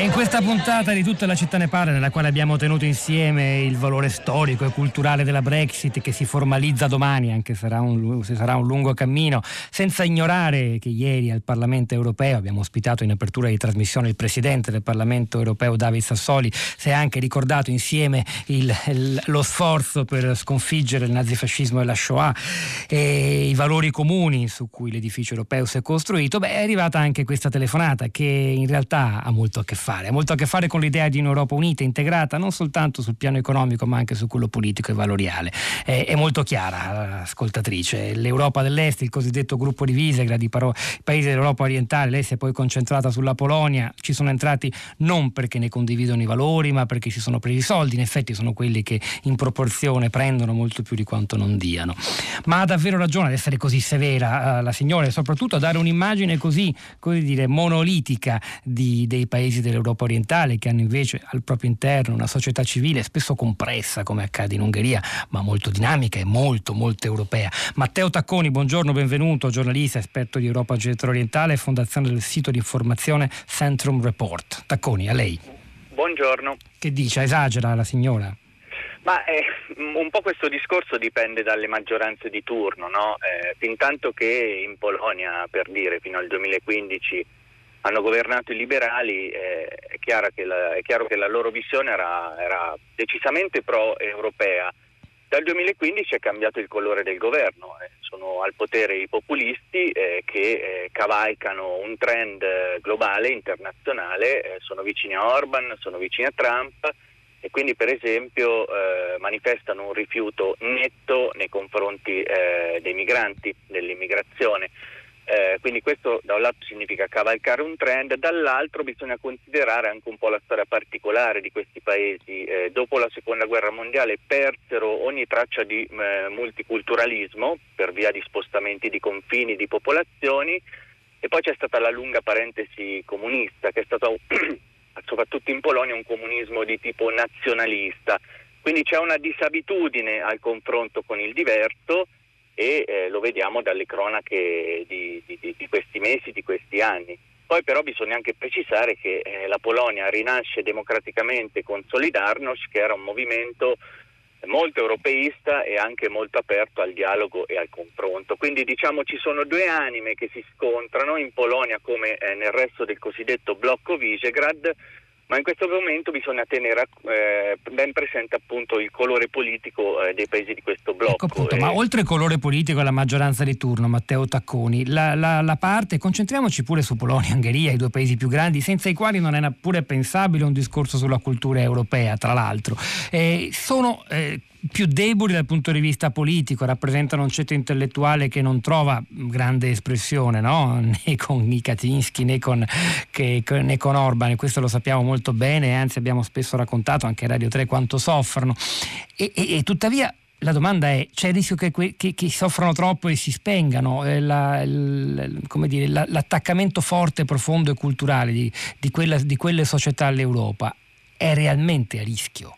in questa puntata di Tutta la città ne parla, nella quale abbiamo tenuto insieme il valore storico e culturale della Brexit, che si formalizza domani, anche se sarà un, se sarà un lungo cammino, senza ignorare che ieri al Parlamento europeo abbiamo ospitato in apertura di trasmissione il Presidente del Parlamento europeo David Sassoli. Si è anche ricordato insieme il, il, lo sforzo per sconfiggere il nazifascismo e la Shoah e i valori comuni su cui l'edificio europeo si è costruito. Beh, è arrivata anche questa telefonata che in realtà ha molto a che fare, ha molto a che fare con l'idea di un'Europa unita, integrata, non soltanto sul piano economico ma anche su quello politico e valoriale. È, è molto chiara, ascoltatrice. L'Europa dell'Est, il cosiddetto gruppo di Visegrad, i, paro- i paesi dell'Europa orientale, lei si è poi concentrata sulla Polonia, ci sono entrati non perché ne condividono i valori ma perché si sono presi i soldi. In effetti sono quelli che in proporzione prendono molto più di quanto non diano. Ma ha davvero ragione ad essere così severa uh, la signora, e soprattutto a dare un'immagine così, così dire, monolitica di, dei paesi dell'Europa orientale, che hanno invece al proprio interno una società civile spesso compressa, come accade in Ungheria, ma molto dinamica e molto molto europea. Matteo Tacconi, buongiorno, benvenuto, giornalista, esperto di Europa centro-orientale e fondazione del sito di informazione Centrum Report. Tacconi, a lei. Buongiorno. Che dice? Esagera la signora? Ma eh, un po' questo discorso dipende dalle maggioranze di turno, no? Eh, fintanto che in Polonia, per dire, fino al duemilaquindici hanno governato i liberali, eh, è, chiaro che la, è chiaro che la loro visione era, era decisamente pro-europea. Dal duemilaquindici è cambiato il colore del governo, eh, sono al potere i populisti eh, che eh, cavalcano un trend globale, internazionale, eh, sono vicini a Orban, sono vicini a Trump, e quindi per esempio eh, manifestano un rifiuto netto nei confronti eh, dei migranti, dell'immigrazione. Eh, quindi questo da un lato significa cavalcare un trend, dall'altro bisogna considerare anche un po' la storia particolare di questi paesi. Eh, dopo la seconda guerra mondiale persero ogni traccia di eh, multiculturalismo per via di spostamenti di confini, di popolazioni, e poi c'è stata la lunga parentesi comunista, che è stata soprattutto in Polonia un comunismo di tipo nazionalista, quindi c'è una disabitudine al confronto con il diverso, e eh, lo vediamo dalle cronache di, di, di questi mesi, di questi anni. Poi però bisogna anche precisare che eh, la Polonia rinasce democraticamente con Solidarność, che era un movimento molto europeista e anche molto aperto al dialogo e al confronto. Quindi diciamo ci sono due anime che si scontrano in Polonia come eh, nel resto del cosiddetto blocco Visegrad, ma in questo momento bisogna tenere eh, ben presente appunto il colore politico eh, dei paesi di questo blocco. Ecco appunto, eh, ma oltre il colore politico e la maggioranza di turno, Matteo Tacconi, la, la, la parte, concentriamoci pure su Polonia e Ungheria, i due paesi più grandi, senza i quali non è neppure pensabile un discorso sulla cultura europea, tra l'altro. Eh, sono eh, più deboli dal punto di vista politico, rappresentano un ceto intellettuale che non trova grande espressione, no? Né con i Kaczynski né con, che, né con Orban, e questo lo sappiamo molto bene, anzi abbiamo spesso raccontato anche a Radio tre quanto soffrono, e, e, e tuttavia la domanda è: c'è il rischio che, che, che soffrano troppo e si spengano? Eh, la, il, come dire, la, l'attaccamento forte, profondo e culturale di, di, quella, di quelle società all'Europa è realmente a rischio?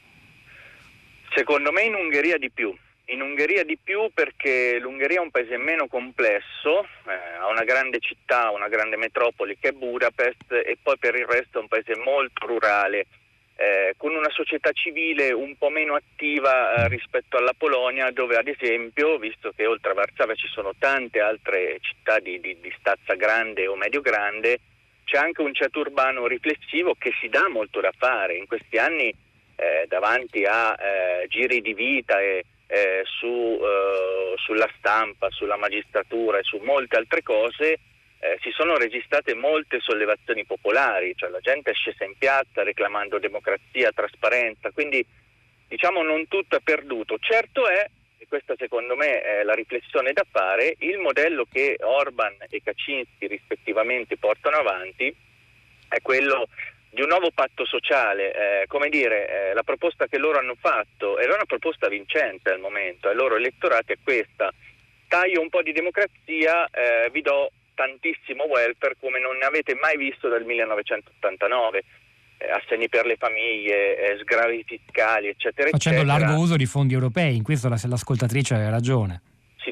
Secondo me in Ungheria di più, in Ungheria di più perché l'Ungheria è un paese meno complesso, eh, ha una grande città, una grande metropoli che è Budapest, e poi per il resto è un paese molto rurale, eh, con una società civile un po' meno attiva eh, rispetto alla Polonia, dove ad esempio, visto che oltre a Varsavia ci sono tante altre città di, di, di stazza grande o medio-grande, c'è anche un ceto urbano riflessivo che si dà molto da fare. In questi anni Eh, davanti a eh, giri di vita e eh, su, eh, sulla stampa, sulla magistratura e su molte altre cose eh, si sono registrate molte sollevazioni popolari, cioè la gente è scesa in piazza reclamando democrazia, trasparenza, quindi diciamo non tutto è perduto. Certo è, e questa secondo me è la riflessione da fare, il modello che Orban e Kaczynski rispettivamente portano avanti è quello di un nuovo patto sociale. Eh, come dire, eh, la proposta che loro hanno fatto era una proposta vincente al momento ai loro elettorati, è questa: taglio un po' di democrazia, eh, vi do tantissimo welfare come non ne avete mai visto dal millenovecentottantanove, eh, assegni per le famiglie, eh, sgravi fiscali, eccetera, facendo eccetera. largo uso di fondi europei. In questo la, l'ascoltatrice aveva ragione.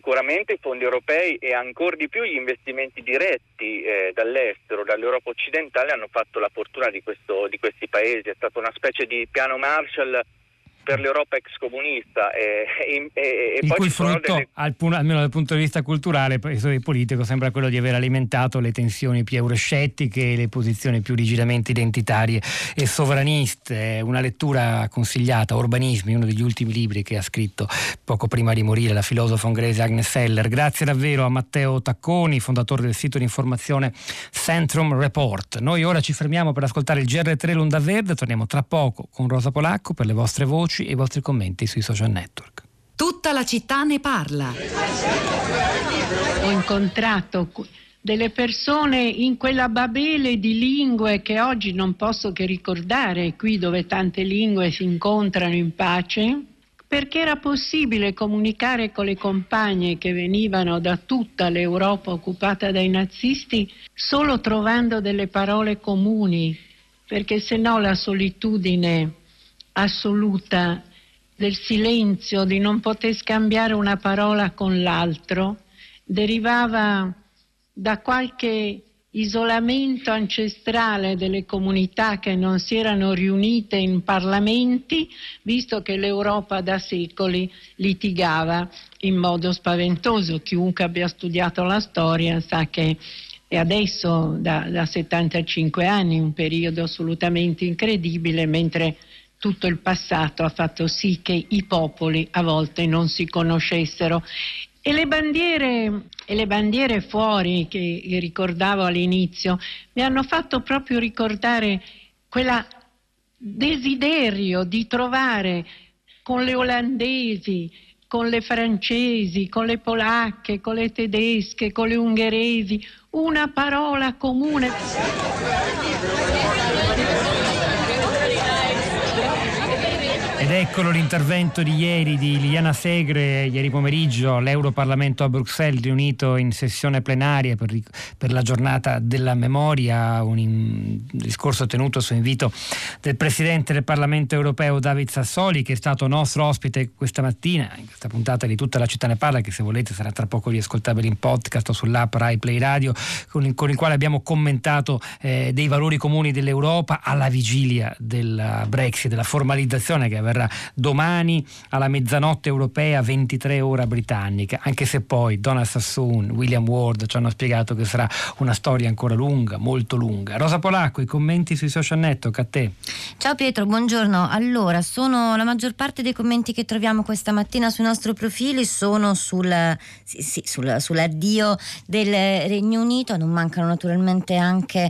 sicuramente i fondi europei e ancor di più gli investimenti diretti eh, dall'estero, dall'Europa occidentale, hanno fatto la fortuna di, questo, di questi paesi. È stato una specie di piano Marshall per l'Europa ex comunista e, e, e, il poi cui ci sono frutto, delle... al, almeno dal punto di vista culturale e politico, sembra quello di aver alimentato le tensioni più euroscettiche e le posizioni più rigidamente identitarie e sovraniste. Una lettura consigliata, Urbanismi, uno degli ultimi libri che ha scritto poco prima di morire la filosofo inglese Agnes Heller. Grazie davvero a Matteo Tacconi, fondatore del sito di informazione Centrum Report. Noi ora ci fermiamo per ascoltare il G R tre L'Onda Verde, torniamo tra poco con Rosa Polacco per le vostre voci e i vostri commenti sui social network. Tutta la città ne parla. Ho incontrato delle persone in quella babele di lingue che oggi non posso che ricordare, qui dove tante lingue si incontrano in pace, perché era possibile comunicare con le compagne che venivano da tutta l'Europa occupata dai nazisti solo trovando delle parole comuni, perché se no la solitudine assoluta del silenzio, di non poter scambiare una parola con l'altro, derivava da qualche isolamento ancestrale delle comunità che non si erano riunite in parlamenti, visto che l'Europa da secoli litigava in modo spaventoso. Chiunque abbia studiato la storia sa che è adesso da, da settantacinque anni un periodo assolutamente incredibile, mentre tutto il passato ha fatto sì che i popoli a volte non si conoscessero. E le bandiere, e le bandiere fuori che ricordavo all'inizio mi hanno fatto proprio ricordare quella desiderio di trovare con le olandesi, con le francesi, con le polacche, con le tedesche, con le ungheresi, una parola comune. Ed eccolo l'intervento di ieri di Liliana Segre, ieri pomeriggio all'Europarlamento a Bruxelles, riunito in sessione plenaria per, per la giornata della memoria, un, in, un discorso tenuto su invito del Presidente del Parlamento Europeo David Sassoli, che è stato nostro ospite questa mattina in questa puntata di Tutta la città ne parla, che se volete sarà tra poco riascoltabile in podcast o sull'app Rai Play Radio, con il, con il quale abbiamo commentato eh, dei valori comuni dell'Europa alla vigilia del Brexit, della formalizzazione che avverrà domani alla mezzanotte europea, ventitré ora britannica, anche se poi Donald Sassoon, William Ward ci hanno spiegato che sarà una storia ancora lunga, molto lunga. Rosa Polacco, i commenti sui social network, a te. Ciao Pietro, buongiorno. Allora, sono la maggior parte dei commenti che troviamo questa mattina sui nostri profili sono sul, sì, sì, sul, sull'addio del Regno Unito. Non mancano naturalmente anche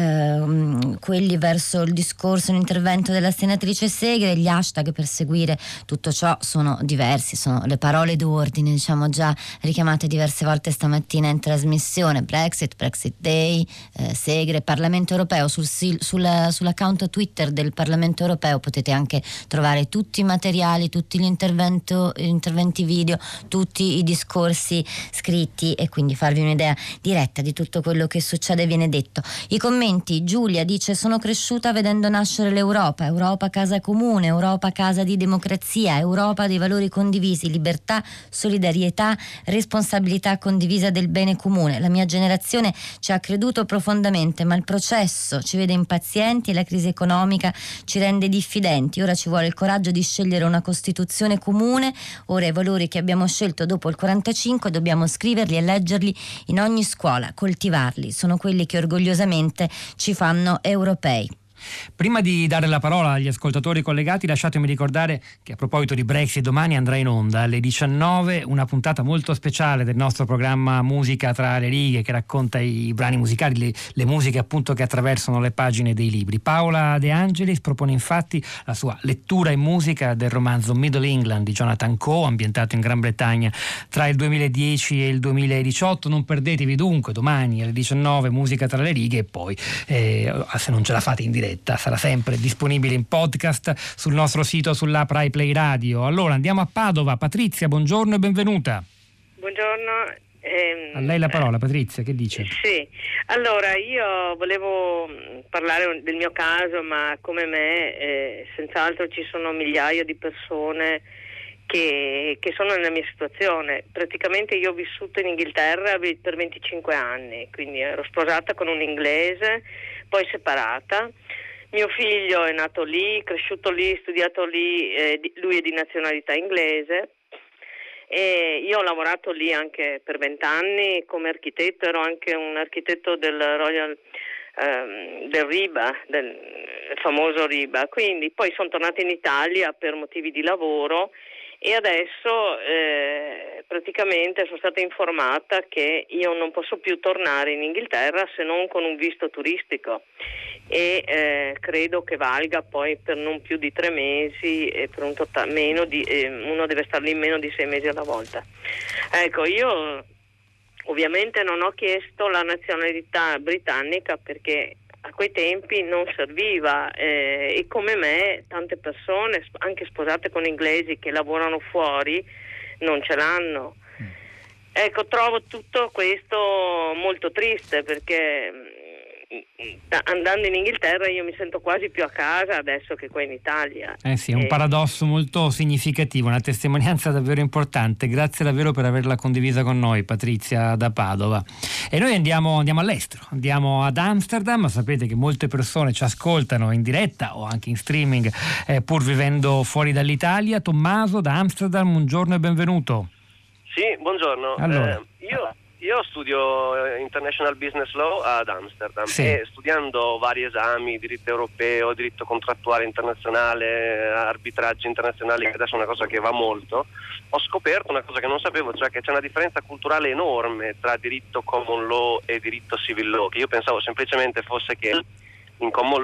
eh, quelli verso il discorso, l'intervento della senatrice Segre. Gli hashtag per seguire tutto ciò sono diversi, sono le parole d'ordine, diciamo, già richiamate diverse volte stamattina in trasmissione: Brexit, Brexit Day, eh, Segre, Parlamento Europeo. Sul, sul, sull'account Twitter del Parlamento Europeo potete anche trovare tutti i materiali, tutti gli interventi video, tutti i discorsi scritti, e quindi farvi un'idea diretta di tutto quello che succede e viene detto. I commenti: Giulia dice: sono cresciuta vedendo nascere l'Europa, Europa casa comune, Europa casa di democrazia, Europa dei valori condivisi, libertà, solidarietà, responsabilità condivisa del bene comune. La mia generazione ci ha creduto profondamente, ma il processo ci vede impazienti e la crisi economica ci rende diffidenti. Ora ci vuole il coraggio di scegliere una Costituzione comune. Ora i valori che abbiamo scelto dopo il quarantacinque dobbiamo scriverli e leggerli in ogni scuola, coltivarli. Sono quelli che orgogliosamente ci fanno europei. Prima di dare la parola agli ascoltatori collegati, lasciatemi ricordare che a proposito di Brexit domani andrà in onda alle diciannove una puntata molto speciale del nostro programma Musica tra le righe, che racconta i brani musicali, le, le musiche appunto che attraversano le pagine dei libri. Paola De Angelis propone infatti la sua lettura in musica del romanzo Middle England di Jonathan Coe, ambientato in Gran Bretagna tra il duemiladieci e il duemiladiciotto. Non perdetevi dunque domani alle diciannove Musica tra le righe, e poi eh, se non ce la fate in diretta sarà sempre disponibile in podcast sul nostro sito, sull'app Rai Play Radio. Allora andiamo a Padova. Patrizia, buongiorno e benvenuta. Buongiorno. Ehm, a lei la parola, Patrizia, che dice? Sì, allora io volevo parlare del mio caso, ma come me eh, senz'altro ci sono migliaia di persone che, che che sono nella mia situazione. Praticamente io ho vissuto in Inghilterra per venticinque anni, quindi ero sposata con un inglese, poi separata. Mio figlio è nato lì, cresciuto lì, studiato lì, eh, lui è di nazionalità inglese. E io ho lavorato lì anche per vent'anni come architetto, ero anche un architetto del Royal ehm, del Riba, del famoso Riba, quindi poi sono tornata in Italia per motivi di lavoro e adesso eh, praticamente sono stata informata che io non posso più tornare in Inghilterra se non con un visto turistico e eh, credo che valga poi per non più di tre mesi e per un totale meno di eh, uno deve stare lì meno di sei mesi alla volta. Ecco, io ovviamente non ho chiesto la nazionalità britannica perché a quei tempi non serviva eh, e come me tante persone anche sposate con inglesi che lavorano fuori non ce l'hanno. Ecco, trovo tutto questo molto triste perché andando in Inghilterra io mi sento quasi più a casa adesso che qua in Italia. Eh sì, è un e... paradosso molto significativo, una testimonianza davvero importante. Grazie davvero per averla condivisa con noi, Patrizia da Padova. E noi andiamo, andiamo all'estero, andiamo ad Amsterdam. Sapete che molte persone ci ascoltano in diretta o anche in streaming eh, pur vivendo fuori dall'Italia. Tommaso da Amsterdam, buongiorno e benvenuto. Sì, buongiorno. Allora. Eh, io Io studio International Business Law ad Amsterdam sì. e studiando vari esami, diritto europeo, diritto contrattuale internazionale, arbitraggi internazionali, che adesso è una cosa che va molto, ho scoperto una cosa che non sapevo, cioè che c'è una differenza culturale enorme tra diritto common law e diritto civil law, che io pensavo semplicemente fosse che in common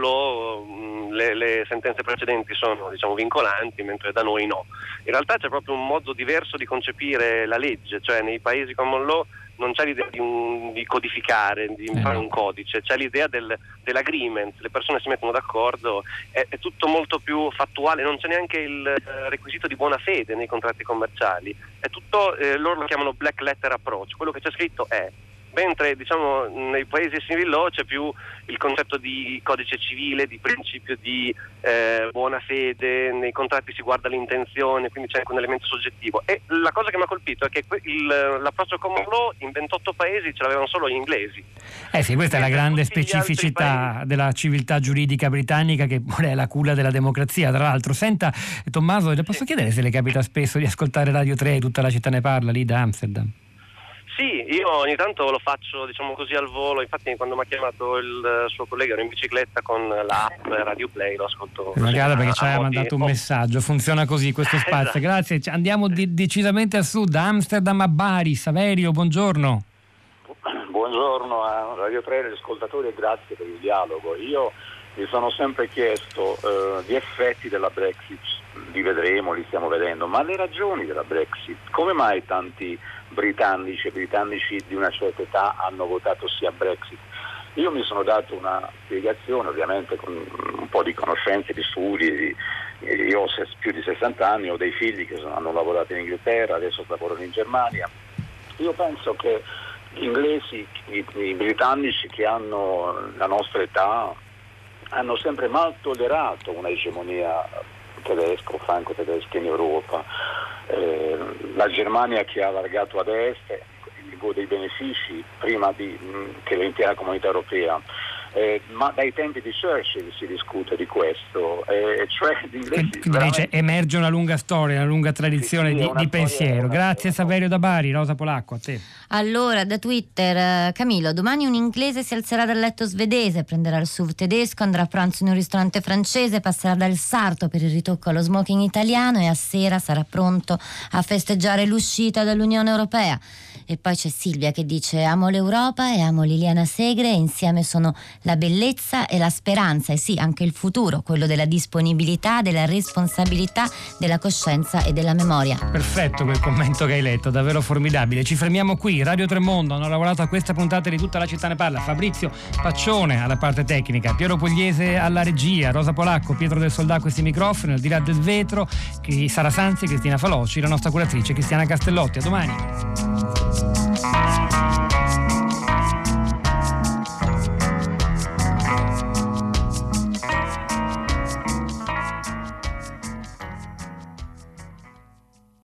law le, le sentenze precedenti sono, diciamo, vincolanti, mentre da noi no. In realtà c'è proprio un modo diverso di concepire la legge, cioè nei paesi common law non c'è l'idea di, un, di codificare, di fare un codice, c'è l'idea del, dell'agreement, le persone si mettono d'accordo, è, è tutto molto più fattuale, non c'è neanche il eh, requisito di buona fede nei contratti commerciali, è tutto, eh, loro lo chiamano black letter approach, quello che c'è scritto è. Mentre diciamo nei paesi civil law c'è più il concetto di codice civile, di principio di eh, buona fede, nei contratti si guarda l'intenzione, quindi c'è anche un elemento soggettivo. E la cosa che mi ha colpito è che il, l'approccio common law in ventotto paesi ce l'avevano solo gli inglesi. Eh sì, questa è la grande specificità della civiltà giuridica britannica, che è la culla della democrazia. Tra l'altro, senta Tommaso, le posso sì. chiedere se le capita spesso di ascoltare Radio tre, Tutta la città ne parla, lì da Amsterdam? Sì, io ogni tanto lo faccio, diciamo così, al volo. Infatti quando mi ha chiamato il suo collega ero in bicicletta con l'app Radio Play, lo ascolto. Magari perché ci aveva mandato un oh. messaggio, funziona così questo spazio. Esatto. Grazie, andiamo di- decisamente a sud, da Amsterdam a Bari. Saverio, buongiorno. Buongiorno a Radio tre e agli ascoltatori e grazie per il dialogo. Io mi sono sempre chiesto eh, gli effetti della Brexit, li vedremo, li stiamo vedendo, ma le ragioni della Brexit, come mai tanti britannici e britannici di una certa età hanno votato sì a Brexit? Io mi sono dato una spiegazione, ovviamente con un po' di conoscenze, di studi, di, io ho più di sessanta anni, ho dei figli che sono, hanno lavorato in Inghilterra, adesso lavorano in Germania. Io penso che gli inglesi, i, i britannici che hanno la nostra età hanno sempre mal tollerato una egemonia tedesco, franco-tedesca in Europa. Eh, la Germania che ha allargato ad est dei benefici prima di, mh, che l'intera comunità europea, eh, ma dai tempi di Churchill si discute di questo, eh, cioè gli inglesi quindi veramente... dice, emerge una lunga storia, una lunga tradizione sì, sì, di, di pensiero. Grazie Saverio da Bari. Rosa Polacco, a te. Allora, da Twitter, Camillo, domani un inglese si alzerà dal letto svedese, prenderà il S U V tedesco, andrà a pranzo in un ristorante francese, passerà dal sarto per il ritocco allo smoking italiano e a sera sarà pronto a festeggiare l'uscita dall'Unione Europea. E poi c'è Silvia che dice: amo l'Europa e amo Liliana Segre, e insieme sono la bellezza e la speranza, e sì, anche il futuro, quello della disponibilità, della responsabilità, della coscienza e della memoria. Perfetto quel commento che hai letto, davvero formidabile. Ci fermiamo qui. Radio Tremondo hanno lavorato a questa puntata di Tutta la città ne parla. Fabrizio Paccione alla parte tecnica, Piero Pugliese alla regia, Rosa Polacco, Pietro del Soldà a questi microfoni, al di là del vetro Sara Sanzi e Cristina Faloci, la nostra curatrice Cristiana Castellotti. A domani.